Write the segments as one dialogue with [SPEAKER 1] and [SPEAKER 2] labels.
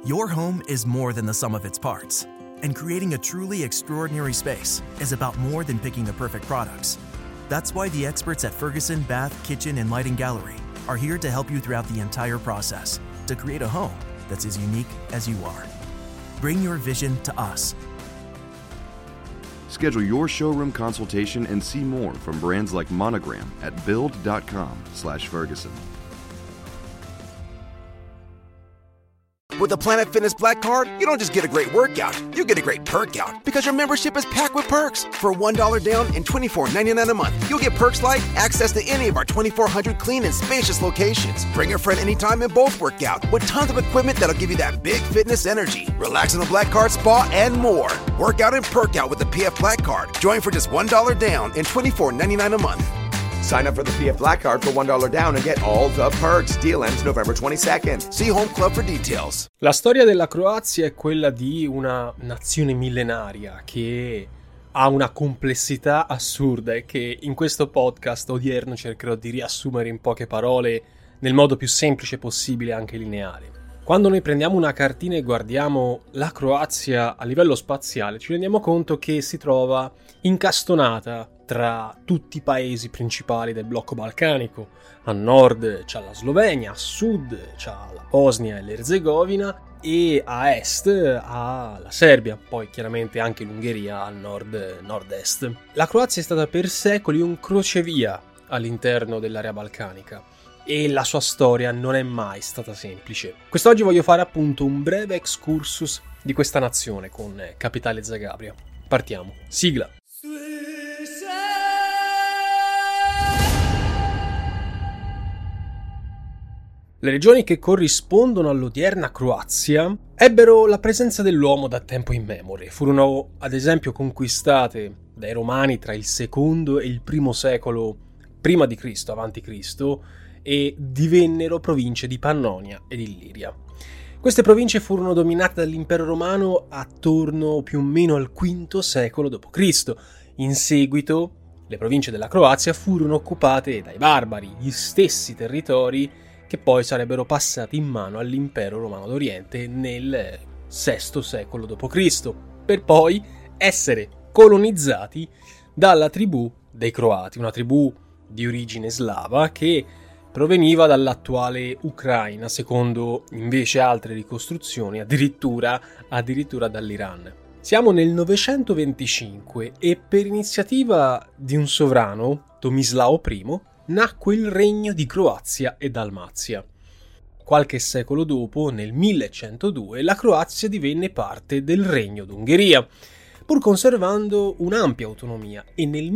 [SPEAKER 1] Your home is more than the sum of its parts, and creating a truly extraordinary space is about more than picking the perfect products. That's why the experts at Ferguson Bath, Kitchen, and Lighting Gallery are here to help you throughout the entire process to create a home that's as unique as you are. Bring your vision to us.
[SPEAKER 2] Schedule your showroom consultation and see more from brands like Monogram at build.com/Ferguson.
[SPEAKER 3] With the Planet Fitness Black Card, you don't just get a great workout, you get a great perk out because your membership is packed with perks. For $1 down and $24.99 a month, you'll get perks like access to any of our 2,400 clean and spacious locations. Bring a friend anytime and both work out with tons of equipment that'll give you that big fitness energy. Relax in the Black Card spa and more. Work out and perk out with the PF Black Card. Join for just $1 down and $24.99 a month.
[SPEAKER 4] Sign up for the PF Black Card for $1 down and get all the perks. Deal ends November 22nd.
[SPEAKER 3] See Home Club for details.
[SPEAKER 5] La storia della Croazia è quella di una nazione millenaria che ha una complessità assurda e che in questo podcast odierno cercherò di riassumere in poche parole nel modo più semplice possibile, anche lineare. Quando noi prendiamo una cartina e guardiamo la Croazia a livello spaziale, ci rendiamo conto che si trova incastonata tra tutti i paesi principali del blocco balcanico. A nord c'ha la Slovenia, a sud c'ha la Bosnia e l'Erzegovina e a est ha la Serbia, poi chiaramente anche l'Ungheria al nord-est. La Croazia è stata per secoli un crocevia all'interno dell'area balcanica e la sua storia non è mai stata semplice. Quest'oggi voglio fare appunto un breve excursus di questa nazione con capitale Zagabria. Partiamo. Sigla. Le regioni che corrispondono all'odierna Croazia ebbero la presenza dell'uomo da tempo immemore. Furono ad esempio conquistate dai Romani tra il secondo e il primo secolo prima di Cristo, avanti Cristo, e divennero province di Pannonia ed Illiria. Queste province furono dominate dall'impero romano attorno più o meno al V secolo d.C. In seguito le province della Croazia furono occupate dai barbari, gli stessi territori che poi sarebbero passati in mano all'impero romano d'Oriente nel VI secolo d.C., per poi essere colonizzati dalla tribù dei Croati, una tribù di origine slava che proveniva dall'attuale Ucraina, secondo invece altre ricostruzioni addirittura dall'Iran. Siamo nel 925 e per iniziativa di un sovrano, Tomislao I, nacque il regno di Croazia e Dalmazia. Qualche secolo dopo, nel 1102, la Croazia divenne parte del regno d'Ungheria, pur conservando un'ampia autonomia, e nel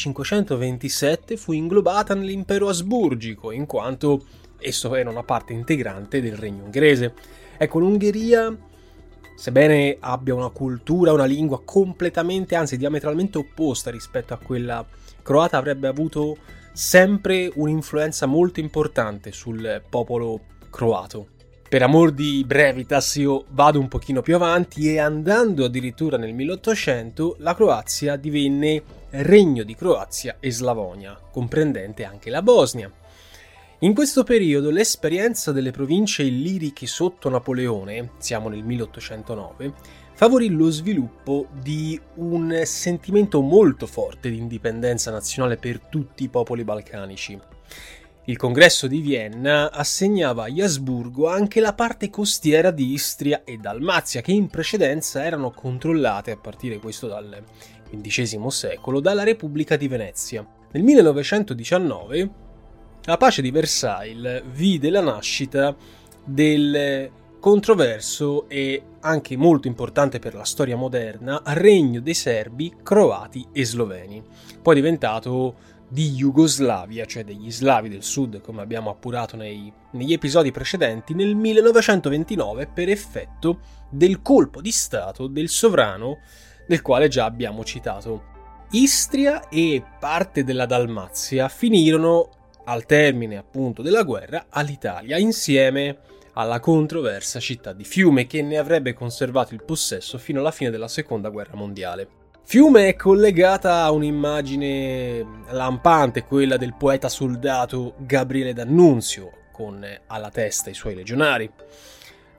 [SPEAKER 5] 1527 fu inglobata nell'impero asburgico, in quanto esso era una parte integrante del regno ungherese. Ecco, l'Ungheria, sebbene abbia una cultura, una lingua completamente, anzi diametralmente opposta rispetto a quella croata, avrebbe avuto sempre un'influenza molto importante sul popolo croato. Per amor di brevitas io vado un pochino più avanti e andando addirittura nel 1800 la Croazia divenne Regno di Croazia e Slavonia, comprendente anche la Bosnia. In questo periodo l'esperienza delle province illiriche sotto Napoleone, siamo nel 1809, favorì lo sviluppo di un sentimento molto forte di indipendenza nazionale per tutti i popoli balcanici. Il congresso di Vienna assegnava agli Asburgo anche la parte costiera di Istria e Dalmazia, che in precedenza erano controllate, a partire questo dal XV secolo, dalla Repubblica di Venezia. Nel 1919 la pace di Versailles vide la nascita del controverso e anche molto importante per la storia moderna Regno dei Serbi, Croati e Sloveni, poi diventato di Jugoslavia, cioè degli slavi del sud, come abbiamo appurato negli episodi precedenti, nel 1929 per effetto del colpo di stato del sovrano del quale già abbiamo citato. Istria e parte della Dalmazia finirono, al termine appunto della guerra, all'Italia, insieme alla controversa città di Fiume, che ne avrebbe conservato il possesso fino alla fine della Seconda Guerra Mondiale. Fiume è collegata a un'immagine lampante, quella del poeta soldato Gabriele D'Annunzio, con alla testa i suoi legionari.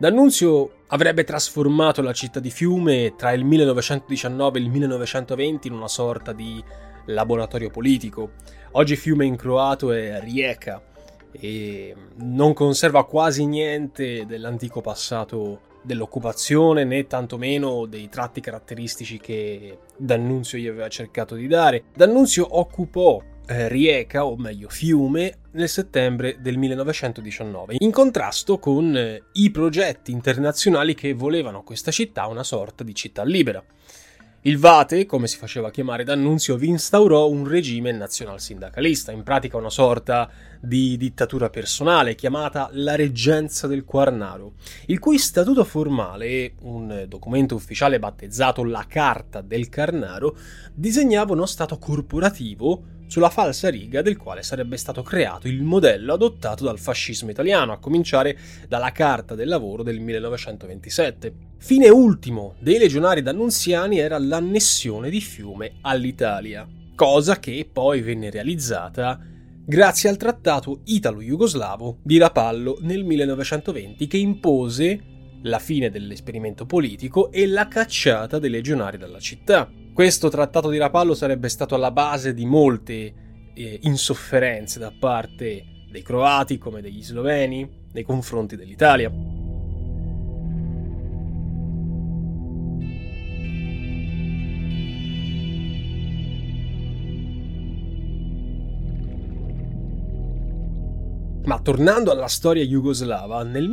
[SPEAKER 5] D'Annunzio avrebbe trasformato la città di Fiume tra il 1919 e il 1920 in una sorta di laboratorio politico. Oggi Fiume in croato è Rijeka e non conserva quasi niente dell'antico passato dell'occupazione, né tantomeno dei tratti caratteristici che D'Annunzio gli aveva cercato di dare. D'Annunzio occupò Rijeka, o meglio Fiume, nel settembre del 1919, in contrasto con i progetti internazionali che volevano questa città una sorta di città libera. Il Vate, come si faceva chiamare D'Annunzio, vi instaurò un regime nazionalsindacalista, in pratica una sorta di dittatura personale chiamata la Reggenza del Quarnaro, il cui statuto formale, un documento ufficiale battezzato la Carta del Quarnaro, disegnava uno stato corporativo sulla falsa riga del quale sarebbe stato creato il modello adottato dal fascismo italiano, a cominciare dalla Carta del Lavoro del 1927. Fine ultimo dei legionari d'annunziani era l'annessione di Fiume all'Italia, cosa che poi venne realizzata grazie al trattato italo-jugoslavo di Rapallo nel 1920, che impose la fine dell'esperimento politico e la cacciata dei legionari dalla città. Questo trattato di Rapallo sarebbe stato alla base di molte insofferenze da parte dei croati come degli sloveni nei confronti dell'Italia. Ma tornando alla storia jugoslava, nel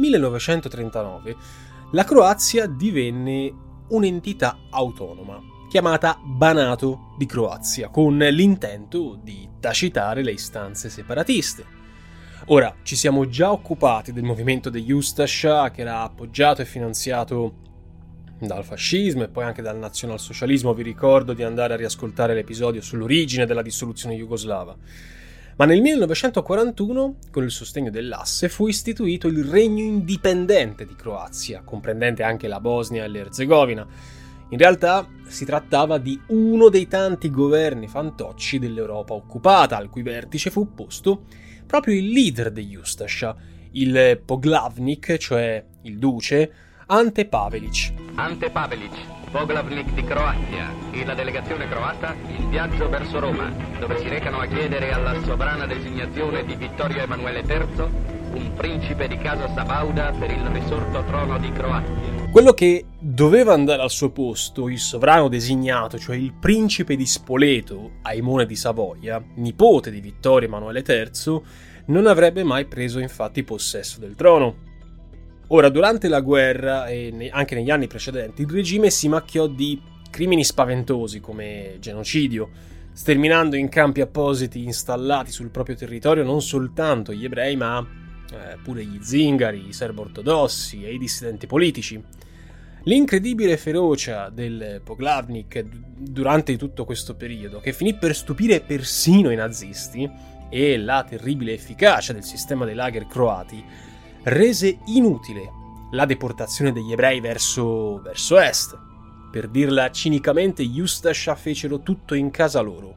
[SPEAKER 5] 1939 la Croazia divenne un'entità autonoma, chiamata Banato di Croazia, con l'intento di tacitare le istanze separatiste. Ora, ci siamo già occupati del movimento degli Ustascia, che era appoggiato e finanziato dal fascismo e poi anche dal nazionalsocialismo. Vi ricordo di andare a riascoltare l'episodio sull'origine della dissoluzione jugoslava. Ma nel 1941, con il sostegno dell'Asse, fu istituito il Regno Indipendente di Croazia, comprendente anche la Bosnia e l'Erzegovina. In realtà si trattava di uno dei tanti governi fantocci dell'Europa occupata, al cui vertice fu posto proprio il leader degli Ustascia, il Poglavnik, cioè il duce, Ante Pavelić.
[SPEAKER 6] Ante Pavelić, Poglavnik di Croazia, e la delegazione croata in viaggio verso Roma, dove si recano a chiedere alla sovrana designazione di Vittorio Emanuele III, un principe di casa sabauda per il risorto trono di Croazia.
[SPEAKER 5] Quello che doveva andare al suo posto, il sovrano designato, cioè il principe di Spoleto, Aimone di Savoia, nipote di Vittorio Emanuele III, non avrebbe mai preso infatti possesso del trono. Ora, durante la guerra e anche negli anni precedenti, il regime si macchiò di crimini spaventosi come genocidio, sterminando in campi appositi installati sul proprio territorio non soltanto gli ebrei, ma pure gli zingari, i serbo-ortodossi e i dissidenti politici. L'incredibile ferocia del Poglavnik durante tutto questo periodo, che finì per stupire persino i nazisti, e la terribile efficacia del sistema dei lager croati, rese inutile la deportazione degli ebrei verso est. Per dirla cinicamente, gli Ustascia fecero tutto in casa loro.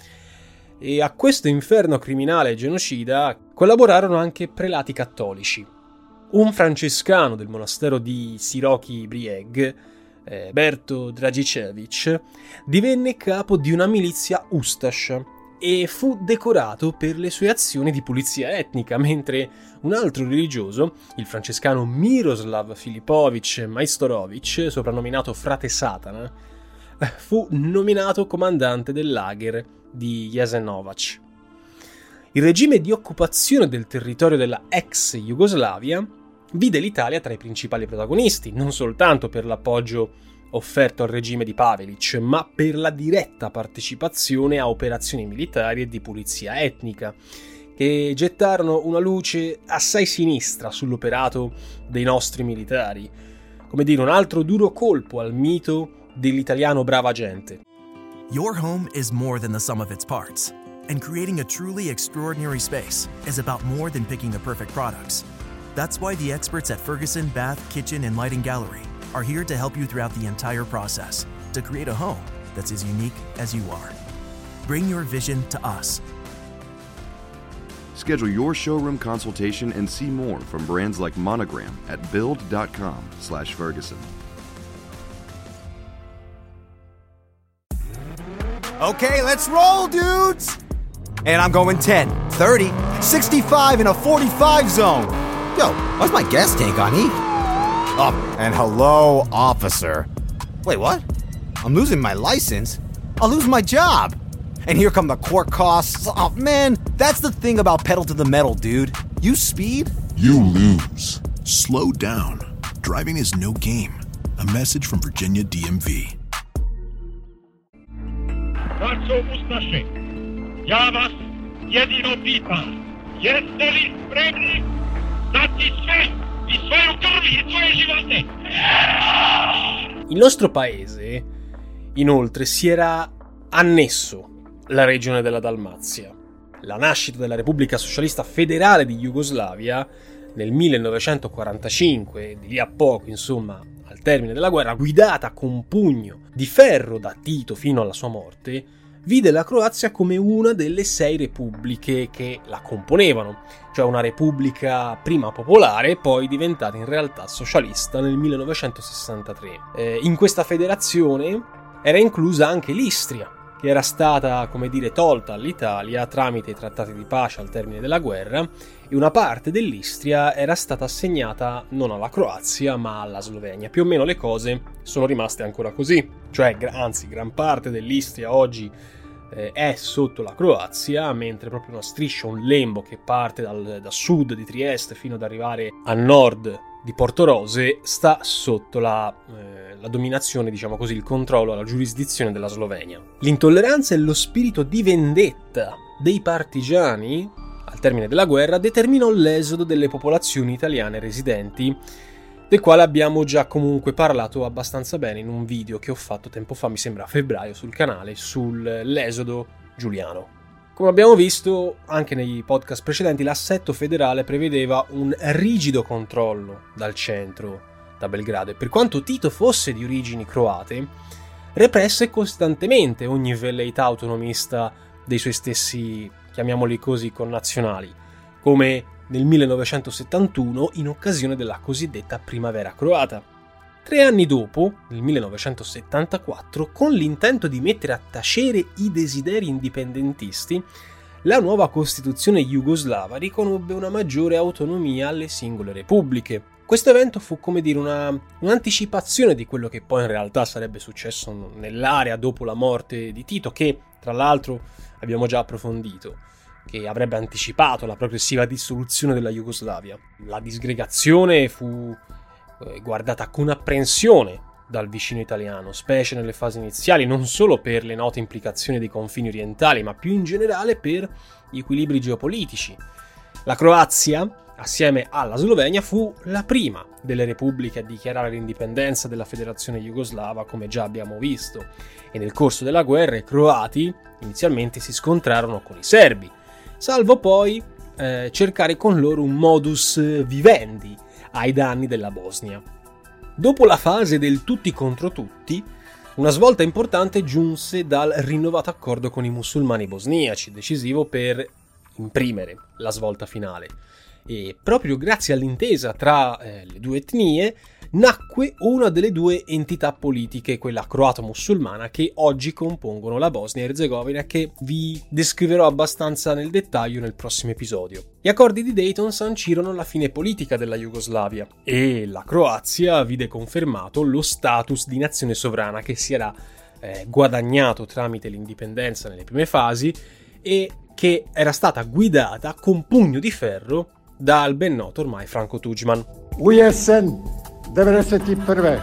[SPEAKER 5] E a questo inferno criminale e genocida collaborarono anche prelati cattolici. Un francescano del monastero di Siroki Brieg, Berto Dragicevic, divenne capo di una milizia Ustascia e fu decorato per le sue azioni di pulizia etnica, mentre un altro religioso, il francescano Miroslav Filipovic Majstorovic, soprannominato Frate Satana, fu nominato comandante del lager di Jasenovac. Il regime di occupazione del territorio della ex Jugoslavia vide l'Italia tra i principali protagonisti, non soltanto per l'appoggio offerto al regime di Pavelić, ma per la diretta partecipazione a operazioni militari e di pulizia etnica, che gettarono una luce assai sinistra sull'operato dei nostri militari. Come dire, un altro duro colpo al mito dell'italiano brava gente.
[SPEAKER 1] Your home is more than the sum of its parts, and creating a truly extraordinary space is about more than picking the perfect products. That's why the experts at Ferguson Bath, Kitchen, and Lighting Gallery are here to help you throughout the entire process to create a home that's as unique as you are. Bring your vision to us.
[SPEAKER 2] Schedule your showroom consultation and see more from brands like Monogram at build.com/Ferguson.
[SPEAKER 7] Okay, let's roll, dudes! And I'm going 10, 30, 65 in a 45 zone. Yo, why's my gas tank on E? Oh, and hello, officer. Wait, what? I'm losing my license? I'll lose my job. And here come the court costs. Oh, man, that's the thing about pedal to the metal, dude. You speed,
[SPEAKER 8] you lose. Slow down. Driving is no game. A message from Virginia DMV.
[SPEAKER 9] Bardzo ustaszy. Ja was jedino pitam. Jeste li spremni dati sve i svoju krv i svoje živote?
[SPEAKER 5] Il nostro paese, inoltre, si era annesso la regione della Dalmazia. La nascita della Repubblica Socialista Federale di Jugoslavia nel 1945, di lì a poco, insomma, al termine della guerra, guidata con pugno di ferro da Tito fino alla sua morte, vide la Croazia come una delle 6 repubbliche che la componevano, cioè una repubblica prima popolare e poi diventata in realtà socialista nel 1963. In questa federazione era inclusa anche l'Istria, che era stata, come dire, tolta all'Italia tramite i trattati di pace al termine della guerra, e una parte dell'Istria era stata assegnata non alla Croazia ma alla Slovenia. Più o meno le cose sono rimaste ancora così, cioè anzi gran parte dell'Istria oggi è sotto la Croazia, mentre proprio una striscia, un lembo che parte da sud di Trieste fino ad arrivare a nord di Portorose sta sotto la dominazione, diciamo così, il controllo, la giurisdizione della Slovenia. L'intolleranza e lo spirito di vendetta dei partigiani al termine della guerra determinò l'esodo delle popolazioni italiane residenti, del quale abbiamo già comunque parlato abbastanza bene in un video che ho fatto tempo fa, mi sembra a febbraio, sul canale, sull'esodo giuliano. Come abbiamo visto anche nei podcast precedenti, l'assetto federale prevedeva un rigido controllo dal centro, da Belgrado, e per quanto Tito fosse di origini croate, represse costantemente ogni velleità autonomista dei suoi stessi, chiamiamoli così, connazionali, come nel 1971 in occasione della cosiddetta Primavera croata. 3 anni dopo, nel 1974, con l'intento di mettere a tacere i desideri indipendentisti, la nuova Costituzione jugoslava riconobbe una maggiore autonomia alle singole repubbliche. Questo evento fu, come dire, un'anticipazione di quello che poi in realtà sarebbe successo nell'area dopo la morte di Tito, che tra l'altro abbiamo già approfondito, che avrebbe anticipato la progressiva dissoluzione della Jugoslavia. La disgregazione fu guardata con apprensione dal vicino italiano, specie nelle fasi iniziali, non solo per le note implicazioni dei confini orientali, ma più in generale per gli equilibri geopolitici. La Croazia, assieme alla Slovenia, fu la prima delle repubbliche a dichiarare l'indipendenza della Federazione Jugoslava, come già abbiamo visto, e nel corso della guerra i croati inizialmente si scontrarono con i serbi, salvo poi cercare con loro un modus vivendi ai danni della Bosnia. Dopo la fase del tutti contro tutti, una svolta importante giunse dal rinnovato accordo con i musulmani bosniaci, decisivo per imprimere la svolta finale. E proprio grazie all'intesa tra le due etnie nacque una delle due entità politiche, quella croato-musulmana, che oggi compongono la Bosnia e Erzegovina, che vi descriverò abbastanza nel dettaglio nel prossimo episodio. Gli accordi di Dayton sancirono la fine politica della Jugoslavia e la Croazia vide confermato lo status di nazione sovrana che si era guadagnato tramite l'indipendenza nelle prime fasi e che era stata guidata con pugno di ferro dal ben noto ormai Franjo Tuđman.
[SPEAKER 10] U jesen 1991.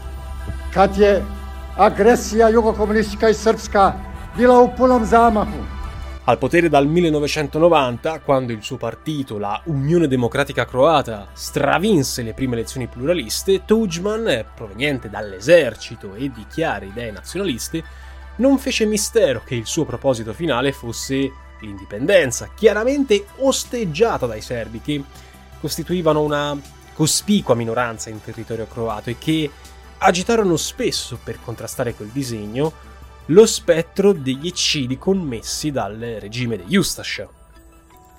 [SPEAKER 10] Kad je agresija jugokomunistička i srpska bila u punom zamahu.
[SPEAKER 5] Al potere dal 1990, quando il suo partito, la Unione Democratica Croata, stravinse le prime elezioni pluraliste, Tuđman, proveniente dall'esercito e di chiare idee nazionaliste, non fece mistero che il suo proposito finale fosse l'indipendenza, chiaramente osteggiata dai serbi, che costituivano una cospicua minoranza in territorio croato e che agitarono spesso, per contrastare quel disegno, lo spettro degli eccidi commessi dal regime degli Ustaša.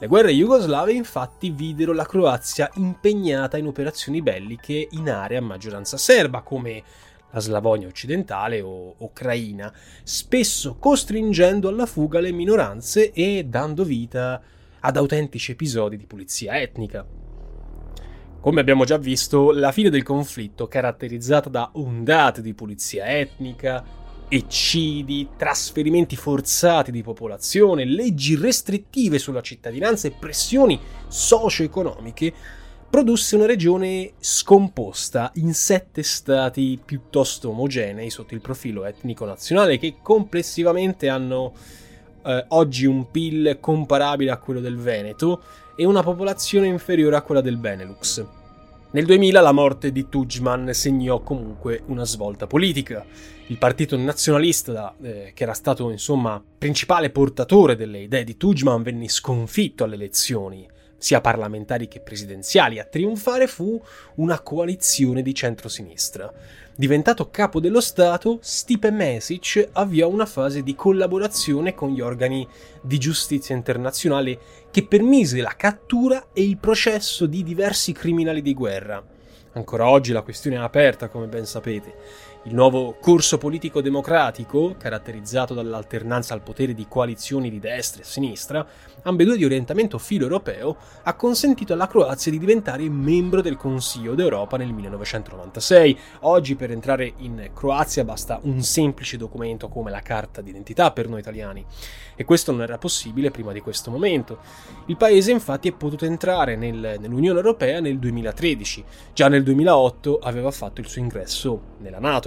[SPEAKER 5] Le guerre jugoslave infatti videro la Croazia impegnata in operazioni belliche in aree a maggioranza serba, come la Slavonia occidentale o Ucraina, spesso costringendo alla fuga le minoranze e dando vita ad autentici episodi di pulizia etnica. Come abbiamo già visto, la fine del conflitto, caratterizzata da ondate di pulizia etnica, eccidi, trasferimenti forzati di popolazione, leggi restrittive sulla cittadinanza e pressioni socio-economiche, produsse una regione scomposta in 7 stati piuttosto omogenei sotto il profilo etnico-nazionale, che complessivamente hanno oggi un PIL comparabile a quello del Veneto e una popolazione inferiore a quella del Benelux. Nel 2000 la morte di Tudjman segnò comunque una svolta politica. Il partito nazionalista, che era stato insomma principale portatore delle idee di Tudjman, venne sconfitto alle elezioni, sia parlamentari che presidenziali. A trionfare fu una coalizione di centrosinistra. Diventato capo dello Stato, Stipe Mesic avviò una fase di collaborazione con gli organi di giustizia internazionale che permise la cattura e il processo di diversi criminali di guerra. Ancora oggi la questione è aperta, come ben sapete. Il nuovo corso politico democratico, caratterizzato dall'alternanza al potere di coalizioni di destra e sinistra, ambedue di orientamento filo-europeo, ha consentito alla Croazia di diventare membro del Consiglio d'Europa nel 1996. Oggi per entrare in Croazia basta un semplice documento come la carta d'identità per noi italiani, e questo non era possibile prima di questo momento. Il paese infatti è potuto entrare nell'Unione Europea nel 2013, già nel 2008 aveva fatto il suo ingresso nella NATO.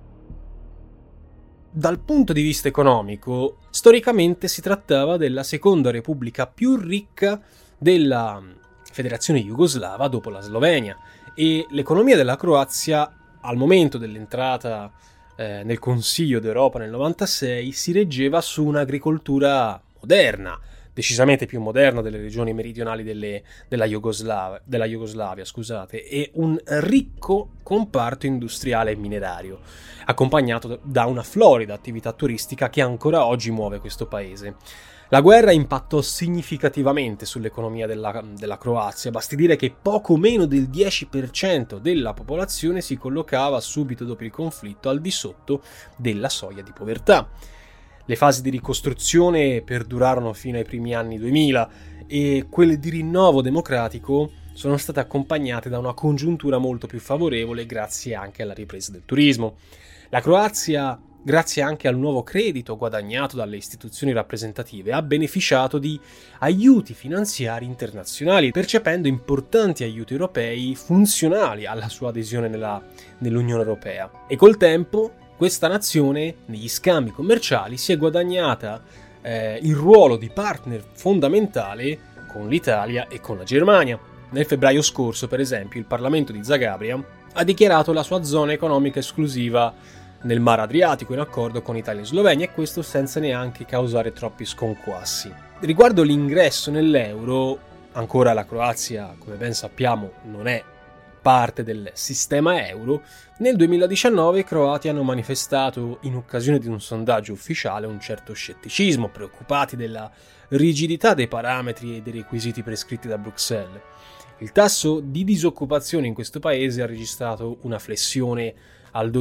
[SPEAKER 5] Dal punto di vista economico, storicamente si trattava della seconda repubblica più ricca della Federazione Jugoslava dopo la Slovenia, e l'economia della Croazia al momento dell'entrata nel Consiglio d'Europa nel 96 si reggeva su un'agricoltura moderna, decisamente più moderna delle regioni meridionali della Jugoslavia, e un ricco comparto industriale e minerario, accompagnato da una florida attività turistica che ancora oggi muove questo paese. La guerra impattò significativamente sull'economia della Croazia, basti dire che poco meno del 10% della popolazione si collocava subito dopo il conflitto al di sotto della soglia di povertà. Le fasi di ricostruzione perdurarono fino ai primi anni 2000 e quelle di rinnovo democratico sono state accompagnate da una congiuntura molto più favorevole grazie anche alla ripresa del turismo. La Croazia, grazie anche al nuovo credito guadagnato dalle istituzioni rappresentative, ha beneficiato di aiuti finanziari internazionali, percependo importanti aiuti europei funzionali alla sua adesione nell'Unione Europea. E col tempo questa nazione, negli scambi commerciali, si è guadagnata il ruolo di partner fondamentale con l'Italia e con la Germania. Nel febbraio scorso, per esempio, il Parlamento di Zagabria ha dichiarato la sua zona economica esclusiva nel Mar Adriatico in accordo con Italia e Slovenia, e questo senza neanche causare troppi sconquassi. Riguardo l'ingresso nell'euro, ancora la Croazia, come ben sappiamo, non è parte del sistema euro. Nel 2019 i croati hanno manifestato, in occasione di un sondaggio ufficiale, un certo scetticismo, preoccupati della rigidità dei parametri e dei requisiti prescritti da Bruxelles. Il tasso di disoccupazione in questo paese ha registrato una flessione al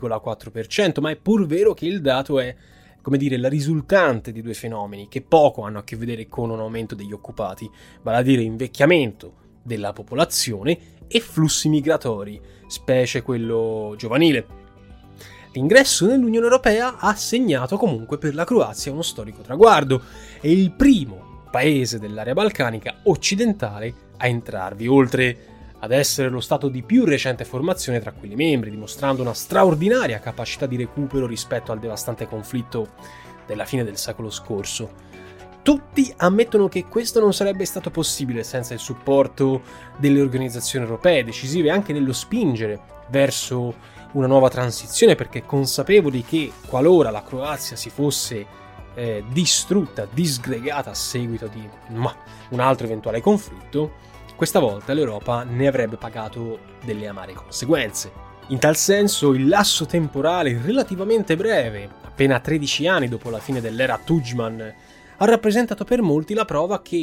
[SPEAKER 5] 12,4%, ma è pur vero che il dato è, la risultante di due fenomeni che poco hanno a che vedere con un aumento degli occupati, vale a dire invecchiamento della popolazione e flussi migratori, specie quello giovanile. L'ingresso nell'Unione Europea ha segnato comunque per la Croazia uno storico traguardo. È il primo paese dell'area balcanica occidentale a entrarvi, oltre ad essere lo stato di più recente formazione tra quelli membri, dimostrando una straordinaria capacità di recupero rispetto al devastante conflitto della fine del secolo scorso. Tutti ammettono che questo non sarebbe stato possibile senza il supporto delle organizzazioni europee, decisive anche nello spingere verso una nuova transizione, perché consapevoli che qualora la Croazia si fosse distrutta, disgregata a seguito di un altro eventuale conflitto, questa volta l'Europa ne avrebbe pagato delle amare conseguenze. In tal senso, il lasso temporale relativamente breve, appena 13 anni dopo la fine dell'era Tudjman, ha rappresentato per molti la prova che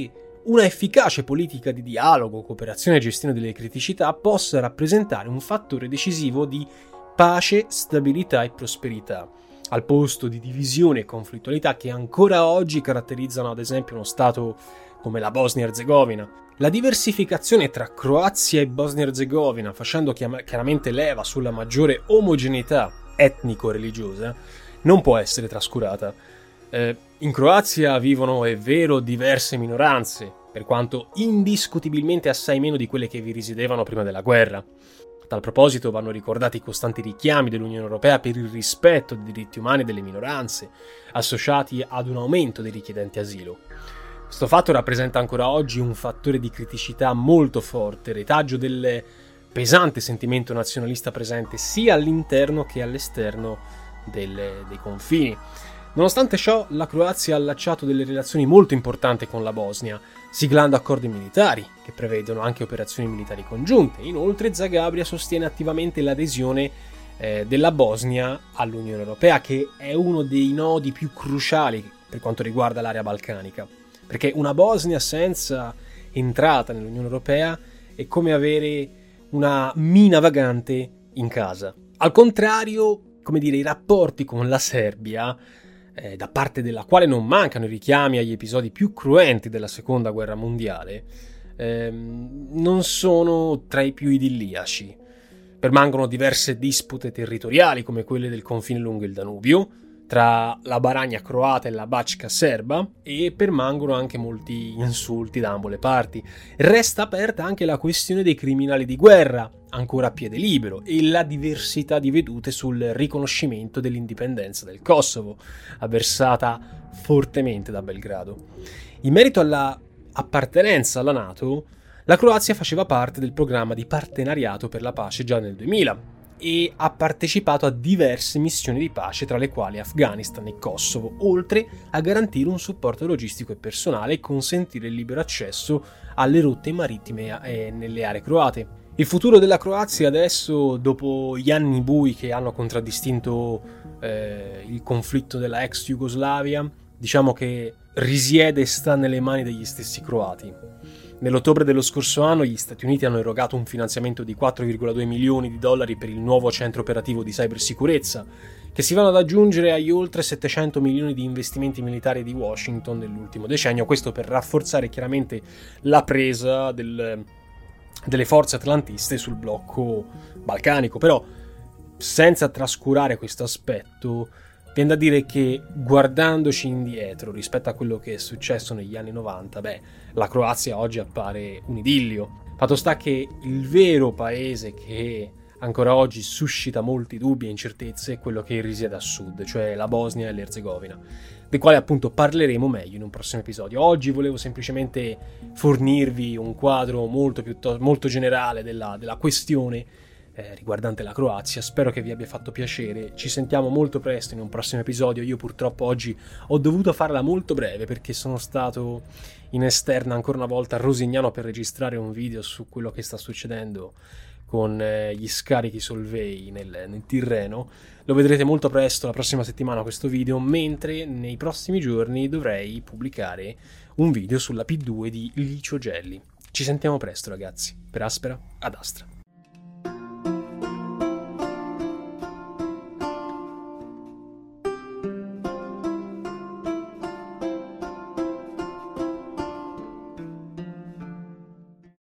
[SPEAKER 5] una efficace politica di dialogo, cooperazione e gestione delle criticità possa rappresentare un fattore decisivo di pace, stabilità e prosperità, al posto di divisione e conflittualità che ancora oggi caratterizzano ad esempio uno stato come la Bosnia-Erzegovina. La diversificazione tra Croazia e Bosnia-Erzegovina, facendo chiaramente leva sulla maggiore omogeneità etnico-religiosa, non può essere trascurata. In Croazia vivono, è vero, diverse minoranze, per quanto indiscutibilmente assai meno di quelle che vi risiedevano prima della guerra. A tal proposito vanno ricordati i costanti richiami dell'Unione Europea per il rispetto dei diritti umani delle minoranze, associati ad un aumento dei richiedenti asilo. Questo fatto rappresenta ancora oggi un fattore di criticità molto forte, retaggio del pesante sentimento nazionalista presente sia all'interno che all'esterno dei confini. Nonostante ciò, la Croazia ha allacciato delle relazioni molto importanti con la Bosnia, siglando accordi militari che prevedono anche operazioni militari congiunte. Inoltre Zagabria sostiene attivamente l'adesione della Bosnia all'Unione Europea, che è uno dei nodi più cruciali per quanto riguarda l'area balcanica, perché una Bosnia senza entrata nell'Unione Europea è come avere una mina vagante in casa. Al contrario, come dire, i rapporti con la Serbia, da parte della quale non mancano i richiami agli episodi più cruenti della Seconda Guerra Mondiale, non sono tra i più idilliaci. Permangono diverse dispute territoriali, come quelle del confine lungo il Danubio, tra la Baranja croata e la Bačka serba, e permangono anche molti insulti da ambo le parti. Resta aperta anche la questione dei criminali di guerra, ancora a piede libero, e la diversità di vedute sul riconoscimento dell'indipendenza del Kosovo, avversata fortemente da Belgrado. In merito alla appartenenza alla NATO, la Croazia faceva parte del programma di partenariato per la pace già nel 2000 e ha partecipato a diverse missioni di pace, tra le quali Afghanistan e Kosovo, oltre a garantire un supporto logistico e personale e consentire il libero accesso alle rotte marittime nelle aree croate. Il futuro della Croazia adesso, dopo gli anni bui che hanno contraddistinto il conflitto della ex Jugoslavia, diciamo che risiede e sta nelle mani degli stessi croati. Nell'ottobre dello scorso anno gli Stati Uniti hanno erogato un finanziamento di 4,2 milioni di dollari per il nuovo centro operativo di cybersicurezza, che si vanno ad aggiungere agli oltre 700 milioni di investimenti militari di Washington nell'ultimo decennio, questo per rafforzare chiaramente la presa delle forze atlantiste sul blocco balcanico. Però, senza trascurare questo aspetto, viene da dire che, guardandoci indietro rispetto a quello che è successo negli anni 90, la Croazia oggi appare un idillio. Fatto sta che il vero paese che ancora oggi suscita molti dubbi e incertezze è quello che risiede a sud, cioè la Bosnia e l'Erzegovina, del quale appunto parleremo meglio in un prossimo episodio. Oggi volevo semplicemente fornirvi un quadro molto generale della questione riguardante la Croazia. Spero che vi abbia fatto piacere. Ci sentiamo molto presto in un prossimo episodio. Io purtroppo oggi ho dovuto farla molto breve perché sono stato in esterna ancora una volta a Rosignano per registrare un video su quello che sta succedendo con gli scarichi Solvay nel Tirreno. Lo vedrete molto presto, la prossima settimana, questo video, mentre nei prossimi giorni dovrei pubblicare un video sulla P2 di Licio Gelli. Ci sentiamo presto, ragazzi. Per Aspera ad Astra.